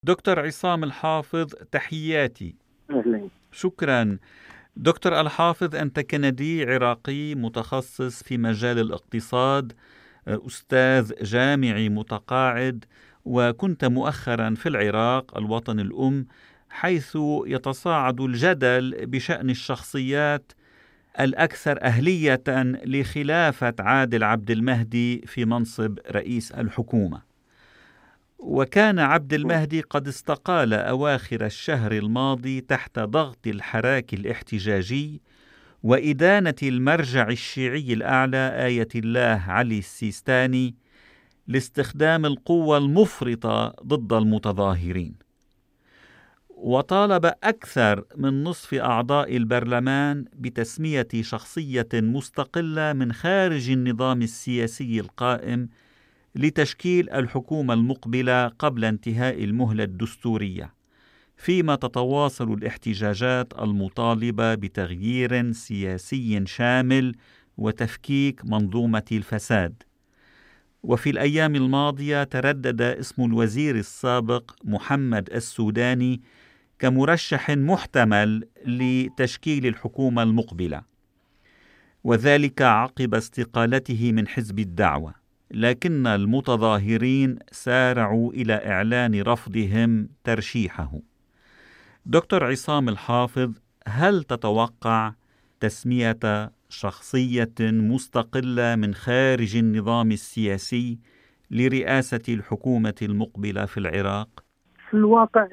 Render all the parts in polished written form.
دكتور عصام الحافظ، تحياتي. أهلا. شكرا. دكتور الحافظ، أنت كندي عراقي متخصص في مجال الاقتصاد، أستاذ جامعي متقاعد، وكنت مؤخرا في العراق الوطن الأم، حيث يتصاعد الجدل بشأن الشخصيات الأكثر أهلية لخلافة عادل عبد المهدي في منصب رئيس الحكومة. وكان عبد المهدي قد استقال أواخر الشهر الماضي تحت ضغط الحراك الاحتجاجي وإدانة المرجع الشيعي الأعلى آية الله علي السيستاني لاستخدام القوة المفرطة ضد المتظاهرين. وطالب أكثر من نصف أعضاء البرلمان بتسمية شخصية مستقلة من خارج النظام السياسي القائم لتشكيل الحكومة المقبلة قبل انتهاء المهلة الدستورية، فيما تتواصل الاحتجاجات المطالبة بتغيير سياسي شامل وتفكيك منظومة الفساد. وفي الأيام الماضية تردد اسم الوزير السابق محمد السوداني كمرشح محتمل لتشكيل الحكومة المقبلة، وذلك عقب استقالته من حزب الدعوة. لكن المتظاهرين سارعوا إلى إعلان رفضهم ترشيحه. دكتور عصام الحافظ، هل تتوقع تسمية شخصية مستقلة من خارج النظام السياسي لرئاسة الحكومة المقبلة في العراق؟ في الواقع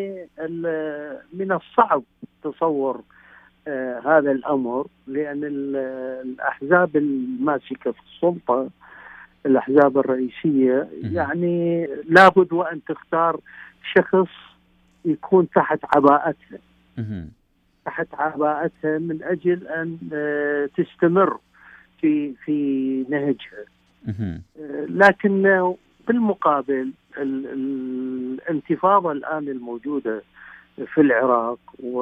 من الصعب تصور هذا الأمر، لأن الأحزاب الماسكة في السلطة، الأحزاب الرئيسية، يعني لابد وأن تختار شخص يكون تحت عباءتها من أجل أن تستمر في نهجها. لكن بالمقابل الانتفاضة الآن الموجودة في العراق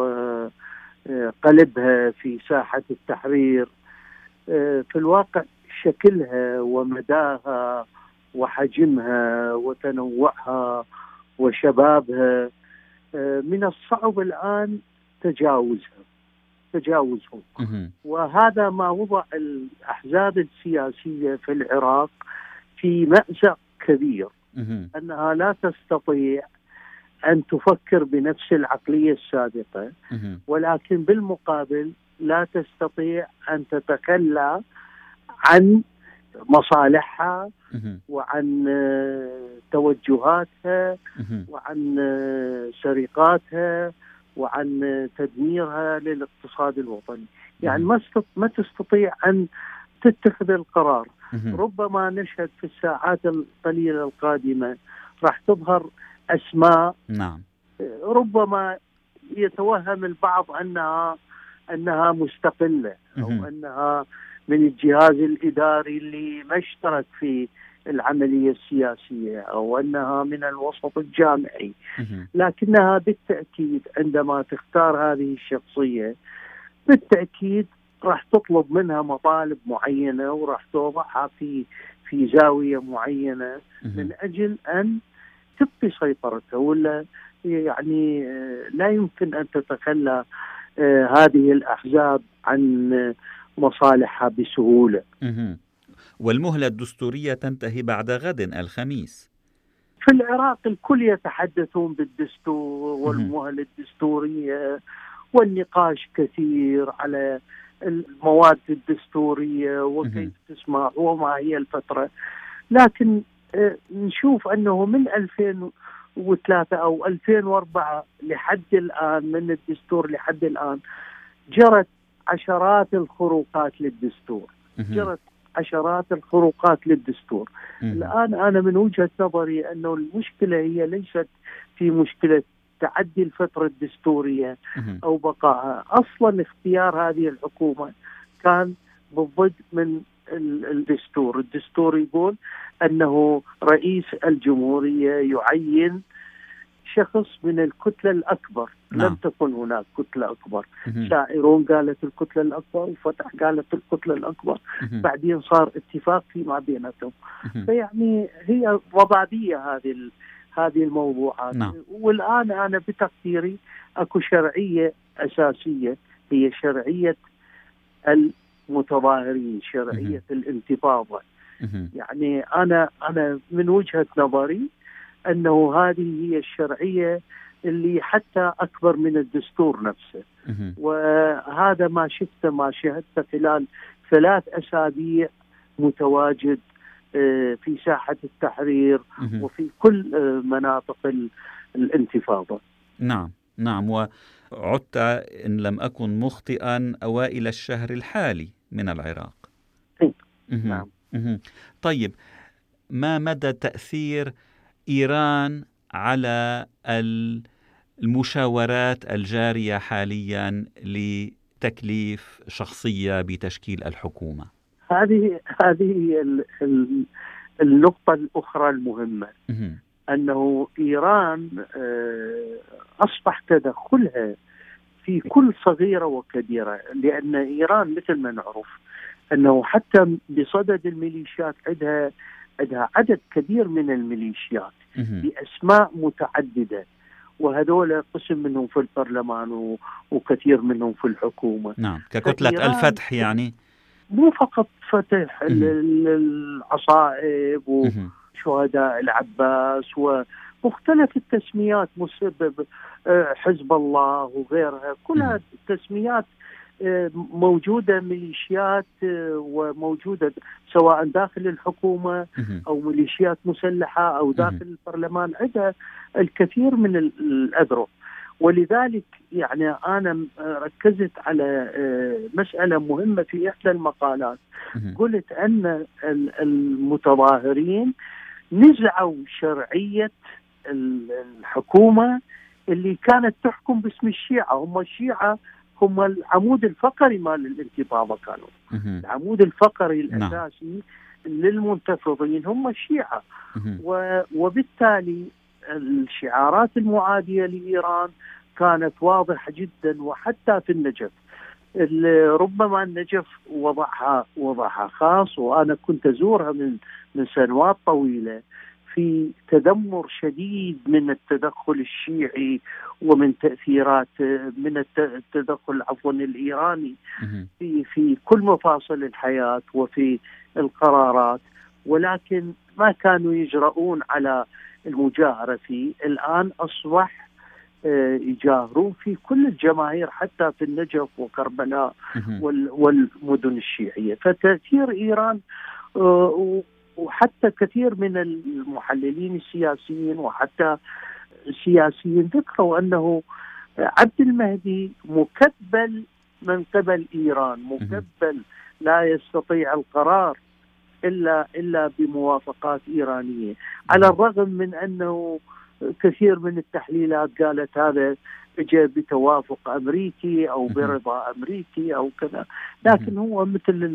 وقلبها في ساحة التحرير، في الواقع شكلها ومداها وحجمها وتنوعها وشبابها من الصعب الآن تجاوزهم. وهذا ما وضع الأحزاب السياسية في العراق في مأزق كبير، أنها لا تستطيع أن تفكر بنفس العقلية السابقة، ولكن بالمقابل لا تستطيع أن تتخلى عن مصالحها وعن توجهاتها وعن سرقاتها وعن تدميرها للاقتصاد الوطني. يعني ما تستطيع أن تتخذ القرار. ربما نشهد في الساعات القليلة القادمة راح تظهر أسماء ربما يتوهم البعض أنها مستقلة أو أنها من الجهاز الإداري اللي ما اشترك في العملية السياسية أو أنها من الوسط الجامعي، لكنها بالتأكيد عندما تختار هذه الشخصية بالتأكيد راح تطلب منها مطالب معينة وراح توضعها في زاوية معينة من أجل أن تبقي سيطرتها، ولا يعني لا يمكن أن تتخلى هذه الأحزاب عن مصالحها بسهولة. والمهلة الدستورية تنتهي بعد غد الخميس. في العراق الكل يتحدثون بالدستور والمهلة الدستورية، والنقاش كثير على المواد الدستورية وكيف تسمع وما هي الفترة. لكن نشوف أنه من 2003 أو 2004 لحد الآن، من الدستور لحد الآن جرت عشرات الخروقات للدستور. الآن أنا من وجهة نظري أنه المشكلة هي ليست في مشكلة تعدي الفترة الدستورية أو بقائها. أصلا اختيار هذه الحكومة كان بالضد من الدستور يقول أنه رئيس الجمهورية يعين شخص من الكتلة الأكبر. لم تكن هناك كتلة أكبر. شاعرون قالت الكتلة الأكبر، وفتح قالت الكتلة الأكبر، بعدين صار اتفاق فيما بيناتهم. فيعني هي ضبابية هذه الموضوعات. نعم. والآن أنا بتقديري أكو شرعية أساسية، هي شرعية المتظاهرين، شرعية الانتفاضة. يعني أنا من وجهة نظري أنه هذه هي الشرعية اللي حتى أكبر من الدستور نفسه. وهذا ما شفته، ما شاهدته خلال 3 أسابيع متواجد في ساحة التحرير وفي كل مناطق الانتفاضة. نعم نعم. وعدت إن لم أكن مخطئا أوائل الشهر الحالي من العراق. نعم. طيب، ما مدى تأثير إيران على المشاورات الجارية حاليا لتكليف شخصية بتشكيل الحكومة؟ هذه هي النقطة الأخرى المهمة، أنه إيران أصبح تدخلها في كل صغيرة وكبيرة، لأن إيران مثل ما نعرف أنه حتى بصدد الميليشيات عندها عدد كبير من الميليشيات بأسماء متعددة، وهذول قسم منهم في البرلمان وكثير منهم في الحكومة. نعم، ككتلة الفتح يعني، مو فقط فتح العصائب وشهداء العباس ومختلف التسميات، مسبب حزب الله وغيرها، كلها تسميات موجودة، ميليشيات وموجودة سواء داخل الحكومة أو ميليشيات مسلحة أو داخل البرلمان، عندها الكثير من الأذرع. ولذلك يعني أنا ركزت على مسألة مهمة في إحدى المقالات، قلت أن المتظاهرين نزعوا شرعية الحكومة اللي كانت تحكم باسم الشيعة. هم الشيعة هم العمود الفقري مال الانتفاضة، كانوا العمود الفقري الأساسي للمنتفضين هم الشيعة. وبالتالي الشعارات المعادية لإيران كانت واضحة جدا، وحتى في النجف ربما النجف وضعها خاص، وأنا كنت أزورها من سنوات طويلة، في تذمر شديد من التدخل الشيعي ومن تأثيرات من التدخل الإيراني في كل مفاصل الحياة وفي القرارات، ولكن ما كانوا يجرؤون على المجاهرة فيه. الآن أصبح يجاهرون في كل الجماهير، حتى في النجف وكربلاء والمدن الشيعية. فتأثير إيران، وحتى كثير من المحللين السياسيين وحتى السياسيين ذكروا أنه عبد المهدي مكبل من قبل إيران، مكبل لا يستطيع القرار إلا بموافقات إيرانية، على الرغم من أنه كثير من التحليلات قالت هذا جاء بتوافق أمريكي أو برضا أمريكي أو كذا، لكن هو مثل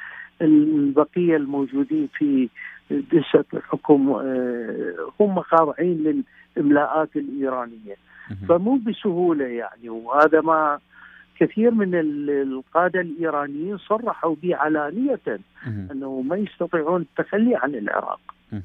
البقية الموجودين في دسة الحكم هم خاضعين للإملاءات الإيرانية، فمو بسهولة يعني. وهذا ما كثير من القادة الإيرانيين صرحوا به علانية أنه ما يستطيعون التخلي عن العراق.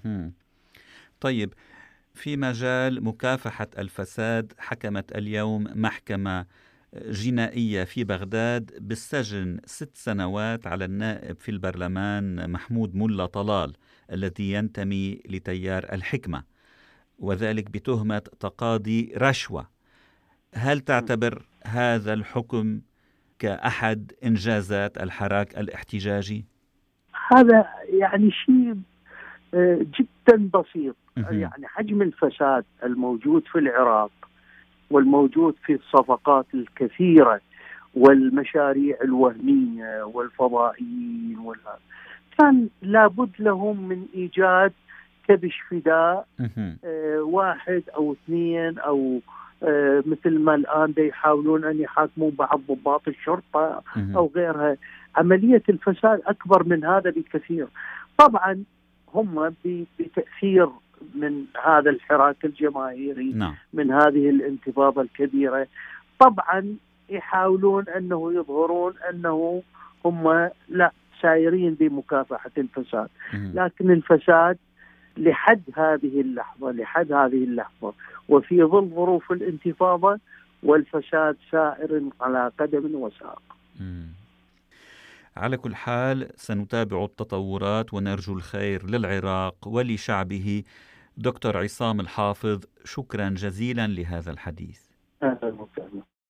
طيب، في مجال مكافحة الفساد، حكمت اليوم محكمة جنائية في بغداد بالسجن 6 سنوات على النائب في البرلمان محمود ملا طلال الذي ينتمي لتيار الحكمة، وذلك بتهمة تقاضي رشوة. هل تعتبر هذا الحكم كأحد إنجازات الحراك الاحتجاجي؟ هذا يعني شيء جدا بسيط. يعني حجم الفساد الموجود في العراق والموجود في الصفقات الكثيرة والمشاريع الوهمية والفضائيين كان لابد لهم من إيجاد كبش فداء، 1 أو 2 أو مثل ما الآن يحاولون أن يحاكموا بعض ضباط الشرطة أو غيرها. عملية الفساد أكبر من هذا بكثير. طبعا هم بتأثير من هذا الحراك الجماهيري، من هذه الانتفاضة الكبيرة، طبعا يحاولون أنه يظهرون أنه هم لا سايرين بمكافحة الفساد، لكن الفساد لحد هذه اللحظة وفي ظل ظروف الانتفاضة، والفساد سائر على قدم وساق. على كل حال سنتابع التطورات ونرجو الخير للعراق ولشعبه. دكتور عصام الحافظ، شكرا جزيلا لهذا الحديث. أهلا وسهلا.